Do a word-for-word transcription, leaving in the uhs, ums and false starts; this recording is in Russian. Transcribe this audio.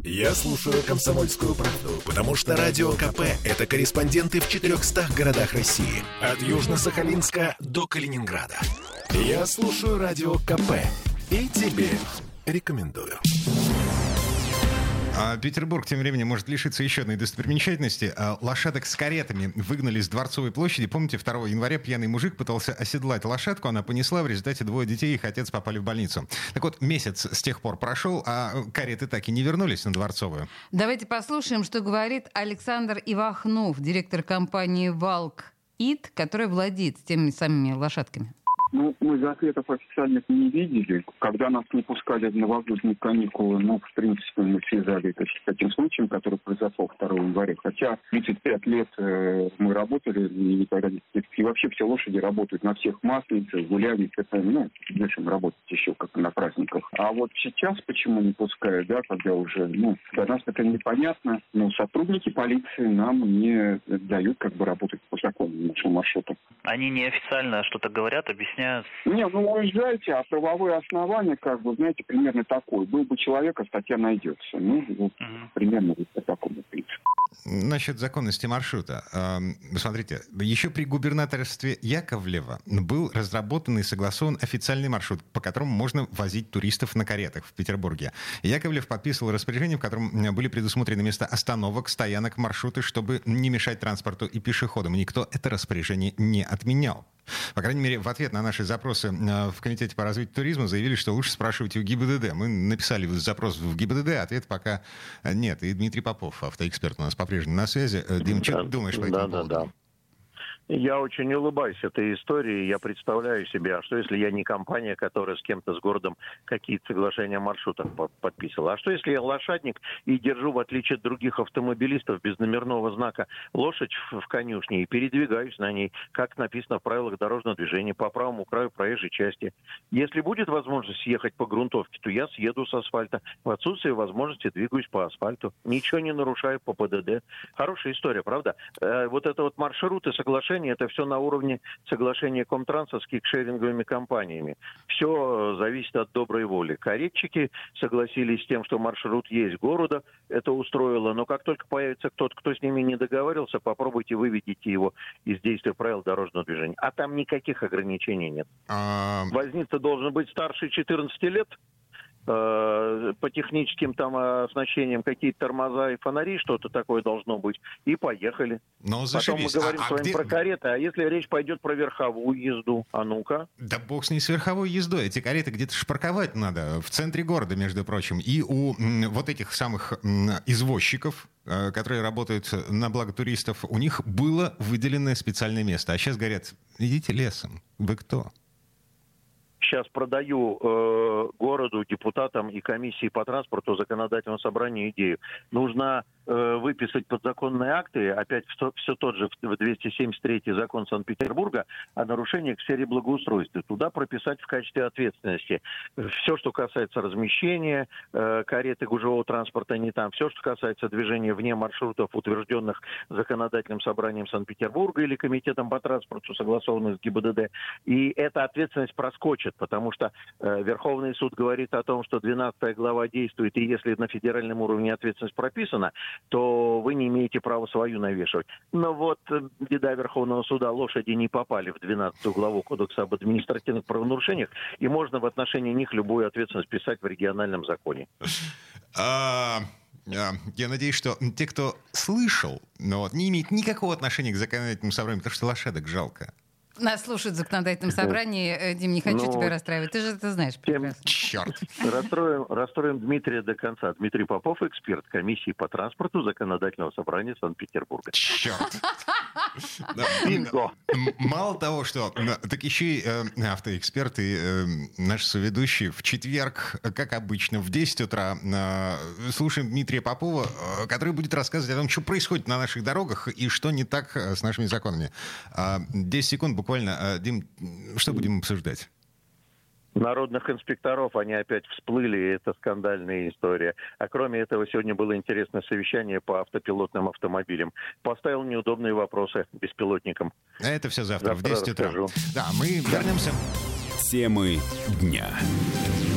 Я слушаю «Комсомольскую правду», потому что Радио КП – это корреспонденты в четырехстах городах России. От Южно-Сахалинска до Калининграда. Я слушаю Радио КП и тебе рекомендую. А Петербург тем временем может лишиться еще одной достопримечательности. Лошадок с каретами выгнали с Дворцовой площади. Помните, второго января пьяный мужик пытался оседлать лошадку, она понесла, в результате двое детей и их отец попали в больницу. Так вот, месяц с тех пор прошел, а кареты так и не вернулись на Дворцовую. Давайте послушаем, что говорит Александр Ивахнов, директор компании «Валк Ит», которая владеет теми самыми лошадками. Ну, мы же ответов официальных не видели. Когда нас не пускали в новогодние каникулы, ну, в принципе, мы связали это с таким случаем, который произошел второго января. Хотя тридцать пять лет э, мы работали, и никогда не... И вообще все лошади работают на всех масленицах, гулянях. Это, ну, зачем работать еще, как на праздниках. А вот сейчас почему не пускают, да, когда уже, ну, для нас это непонятно. Но сотрудники полиции нам не дают, как бы, работать по закону нашего маршрута. Они неофициально что-то говорят, объясняют? Не, ну уезжайте, а правовое основание, как бы, знаете, примерно такое. Был бы человек, а статья найдется. Ну, вот, uh-huh. примерно вот по такому принципу. Насчет законности маршрута. Смотрите, еще при губернаторстве Яковлева был разработан и согласован официальный маршрут, по которому можно возить туристов на каретах в Петербурге. Яковлев подписывал распоряжение, в котором были предусмотрены места остановок, стоянок, маршруты, чтобы не мешать транспорту и пешеходам. Никто это распоряжение не отменял. По крайней мере, в ответ на наши запросы в Комитете по развитию туризма заявили, что лучше спрашивать у ГИБДД. Мы написали запрос в ГИБДД, ответ пока нет. И Дмитрий Попов, автоэксперт, у нас по-прежнему на связи. Дим, да, что ты думаешь по этому да, поводу? Да, да. Я очень улыбаюсь этой истории. Я представляю себе, а что если я не компания, которая с кем-то, с городом какие-то соглашения о маршрутах подписывала? А что если я лошадник и держу, в отличие от других автомобилистов, без номерного знака лошадь в конюшне и передвигаюсь на ней, как написано в правилах дорожного движения, по правому краю проезжей части? Если будет возможность съехать по грунтовке, то я съеду с асфальта. В отсутствие возможности двигаюсь по асфальту. Ничего не нарушаю по ПДД. Хорошая история, правда? Э, вот это вот маршруты, соглашения, это все на уровне соглашения Комтранса с кикшеринговыми компаниями. Все зависит от доброй воли. Каретчики согласились с тем, что маршрут есть города, это устроило, но как только появится кто-то, кто с ними не договаривался, попробуйте выведите его из действия правил дорожного движения. А там никаких ограничений нет. А... Возница должен быть старше четырнадцати лет, по техническим там оснащениям какие-то тормоза и фонари, что-то такое должно быть, и поехали. Ну, потом мы говорим а, с вами а где... про кареты, а если речь пойдет про верховую езду, а ну-ка. Да бог с ней, с верховой ездой. Эти кареты где-то шпарковать надо, в центре города, между прочим. И у м, вот этих самых м, извозчиков, э, которые работают на благо туристов, у них было выделенное специальное место. А сейчас говорят, идите лесом. Вы кто? Сейчас продаю э, городу, депутатам и комиссии по транспорту, законодательному собранию идею. Нужно э, выписать подзаконные акты, опять все, все тот же двести семьдесят третий закон Санкт-Петербурга о нарушениях в сфере благоустройства. Туда прописать в качестве ответственности все, что касается размещения э, кареты гужевого транспорта не там, все, что касается движения вне маршрутов, утвержденных законодательным собранием Санкт-Петербурга или комитетом по транспорту, согласованных с ГИБДД. И эта ответственность проскочит, потому что э, Верховный суд говорит о том, что двенадцатая глава действует, и если на федеральном уровне ответственность прописана, то вы не имеете права свою навешивать. Но вот э, беда Верховного суда, лошади не попали в двенадцатую главу Кодекса об административных правонарушениях, и можно в отношении них любую ответственность писать в региональном законе. Я надеюсь, что те, кто слышал, но вот, не имеют никакого отношения к законодательному собранию, потому что лошадок жалко. Нас слушают в законодательном собрании. Дим, не хочу ну, тебя расстраивать. Ты же это знаешь прекрасно. Черт. Расстроим, расстроим Дмитрия до конца. Дмитрий Попов, эксперт комиссии по транспорту законодательного собрания Санкт-Петербурга. Черт. Бинго. Мало того, что... Так еще и автоэксперт и наш соведущий в четверг, как обычно, в десять утра слушаем Дмитрия Попова, который будет рассказывать о том, что происходит на наших дорогах и что не так с нашими законами. десять секунд буквально. Дим, что будем обсуждать? Народных инспекторов, они опять всплыли, это скандальная история. А кроме этого, сегодня было интересное совещание по автопилотным автомобилям. Поставил неудобные вопросы беспилотникам. А это все завтра, завтра в десять утра. Расскажу. Да, мы вернемся. Темы дня.